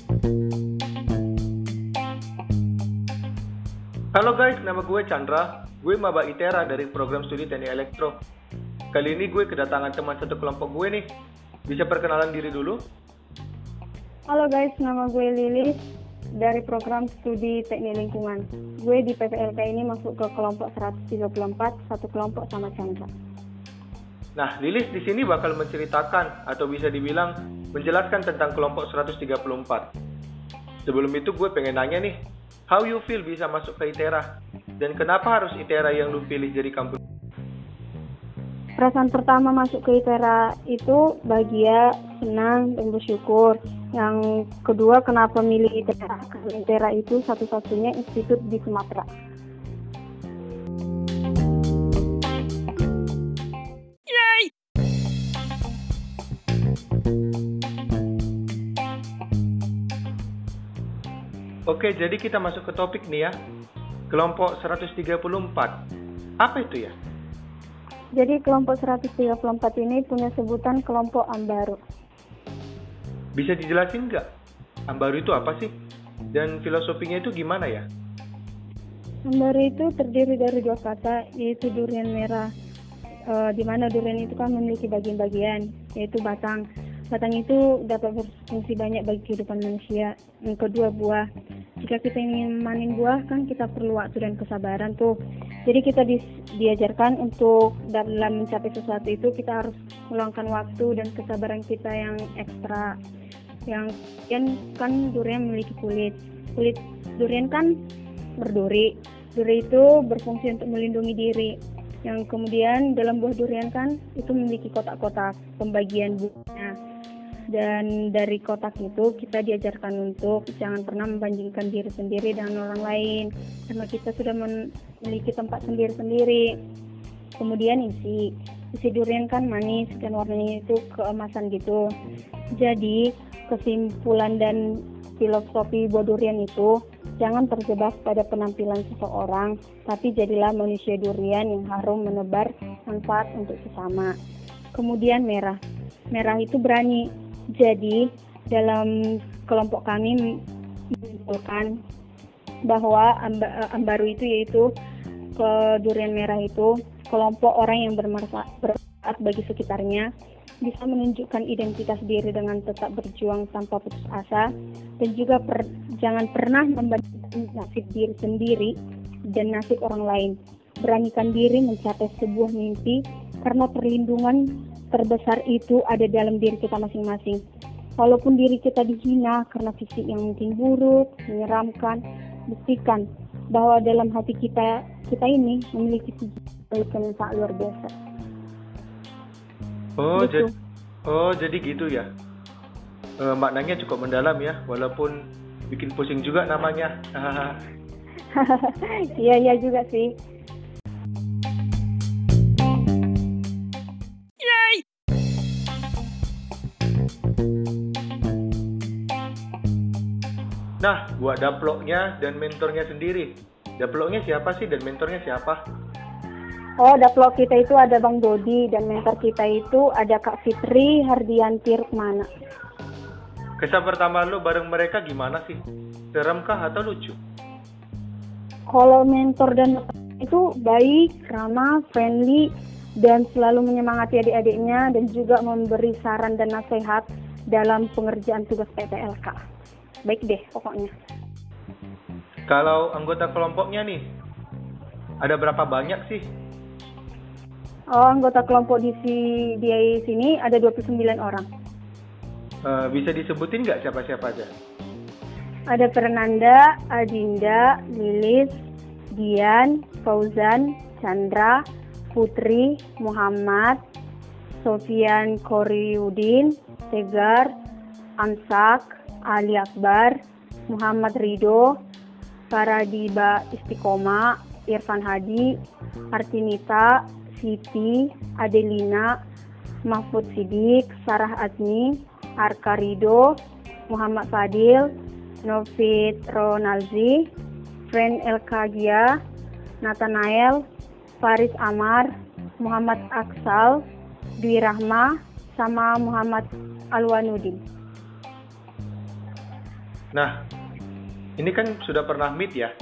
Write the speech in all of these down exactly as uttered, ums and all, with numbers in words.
Halo guys, nama gue Chandra. Gue maba ITERA dari program studi Teknik Elektro. Kali ini gue kedatangan teman satu kelompok gue nih. Bisa perkenalan diri dulu? Halo guys, nama gue Lilis dari program studi Teknik Lingkungan. Gue di P P L K ini masuk ke kelompok seratus tiga puluh empat, satu kelompok sama Chandra. Nah, Lilis di sini bakal menceritakan atau bisa dibilang menjelaskan tentang kelompok seratus tiga puluh empat. Sebelum itu gue pengen nanya nih, how you feel bisa masuk ke ITERA? Dan kenapa harus ITERA yang lu pilih jadi kampus? Perasaan pertama masuk ke ITERA itu bahagia, senang, dan bersyukur. Yang kedua, kenapa milih ITERA? Karena ITERA itu satu-satunya institut di Sumatera. Yay! Oke, jadi kita masuk ke topik nih ya. Kelompok seratus tiga puluh empat. Apa itu ya? Jadi kelompok seratus tiga puluh empat ini punya sebutan kelompok Ambaru. Bisa dijelasin nggak? Ambaru itu apa sih? Dan filosofinya itu gimana ya? Ambaru itu terdiri dari dua kata, yaitu durian merah. E, di mana durian itu kan memiliki bagian-bagian, yaitu batang. Batang itu dapat berfungsi banyak bagi kehidupan manusia. Yang kedua, buah. Jika kita ingin memanen buah, kan kita perlu waktu dan kesabaran tuh. Jadi kita di, diajarkan untuk dalam mencapai sesuatu itu kita harus meluangkan waktu dan kesabaran kita yang ekstra. Yang kan, kan durian memiliki kulit. Kulit durian kan berduri. Duri itu berfungsi untuk melindungi diri. Yang kemudian dalam buah durian kan itu memiliki kotak-kotak pembagian buahnya. Dan dari kotak itu kita diajarkan untuk jangan pernah membandingkan diri sendiri dengan orang lain, karena kita sudah memiliki tempat sendiri-sendiri. Kemudian isi, isi durian kan manis dan warnanya itu keemasan gitu. Jadi kesimpulan dan filosofi buah durian itu jangan terjebak pada penampilan seseorang, tapi jadilah manusia durian yang harum menebar manfaat untuk sesama. Kemudian merah, merah itu berani. Jadi dalam kelompok kami menyimpulkan bahwa Ambaru itu yaitu ke durian merah itu kelompok orang yang bermanfaat bagi sekitarnya, bisa menunjukkan identitas diri dengan tetap berjuang tanpa putus asa, dan juga per, jangan pernah membandingkan nasib diri sendiri dan nasib orang lain. Beranikan diri mencapai sebuah mimpi karena perlindungan terbesar itu ada dalam diri kita masing-masing. Walaupun diri kita dihina karena fisik yang mungkin buruk, menyeramkan, buktikan bahwa dalam hati kita kita ini memiliki kebaikan yang sangat luar biasa. Oh, Gitu. jadi oh jadi gitu ya. E, maknanya cukup mendalam ya, walaupun bikin pusing juga namanya. Iya iya juga sih. Nah, buat daploknya dan mentornya sendiri. Daploknya siapa sih dan mentornya siapa? Oh, daplok kita itu ada Bang Dodi dan mentor kita itu ada Kak Fitri Hardianti Rukmana. Kesan pertama lu bareng mereka gimana sih? Serem kah atau lucu? Kalau mentor dan itu baik, ramah, friendly, dan selalu menyemangati adik-adiknya dan juga memberi saran dan nasihat dalam pengerjaan tugas P P L K. Baik deh pokoknya. Kalau anggota kelompoknya nih, ada berapa banyak sih? Oh, anggota kelompok di, si, di sini ada dua puluh sembilan orang. E, bisa disebutin nggak siapa-siapa aja? Ada Fernanda, Adinda, Lilis, Dian, Fauzan, Chandra, Putri, Muhammad, Sofian Koriudin, Tegar, Ansak, Ali Akbar, Muhammad Ridho, Faradiba Istiqomah, Irfan Hadi, Artinita, Siti, Adelina, Mahfud Sidik, Sarah Adni, Arka Ridho, Muhammad Fadil, Novit Ronalzi, Fren Elkagia, Nathanael, Faris Amar, Muhammad Aksal, Dwi Rahma, sama Muhammad Alwanudin. Nah, ini kan sudah pernah meet ya.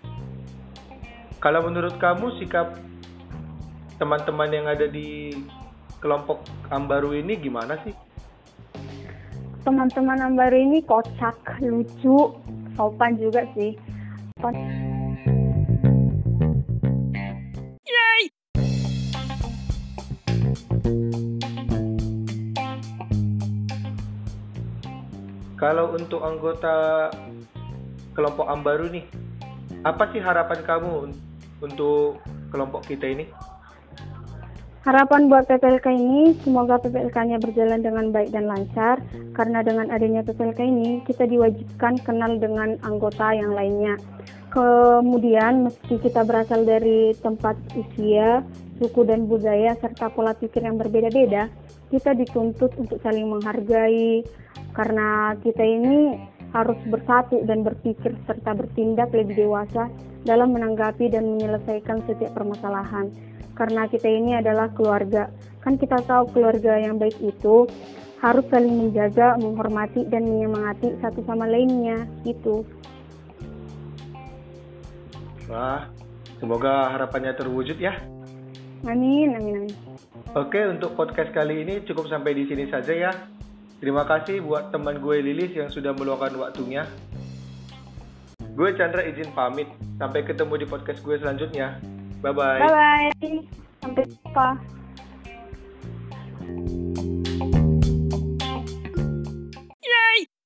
Kalau menurut kamu sikap teman-teman yang ada di kelompok Ambaru ini gimana sih? Teman-teman Ambaru ini kocak, lucu, sopan juga sih. Kalau untuk anggota kelompok Ambaru nih, apa sih harapan kamu untuk kelompok kita ini? Harapan buat P P L K ini, semoga P P L K-nya berjalan dengan baik dan lancar, karena dengan adanya P P L K ini, kita diwajibkan kenal dengan anggota yang lainnya. Kemudian, meski kita berasal dari tempat usia, suku dan budaya, serta pola pikir yang berbeda-beda, kita dituntut untuk saling menghargai, karena kita ini harus bersatu dan berpikir serta bertindak lebih dewasa dalam menanggapi dan menyelesaikan setiap permasalahan. Karena kita ini adalah keluarga. Kan kita tahu keluarga yang baik itu harus saling menjaga, menghormati, dan menyemangati satu sama lainnya. Gitu. Wah, semoga harapannya terwujud ya. Amin, amin, amin. Oke, untuk podcast kali ini cukup sampai di sini saja ya. Terima kasih buat teman gue Lilis yang sudah meluangkan waktunya. Gue Chandra izin pamit. Sampai ketemu di podcast gue selanjutnya. Bye-bye. Bye-bye. Sampai jumpa.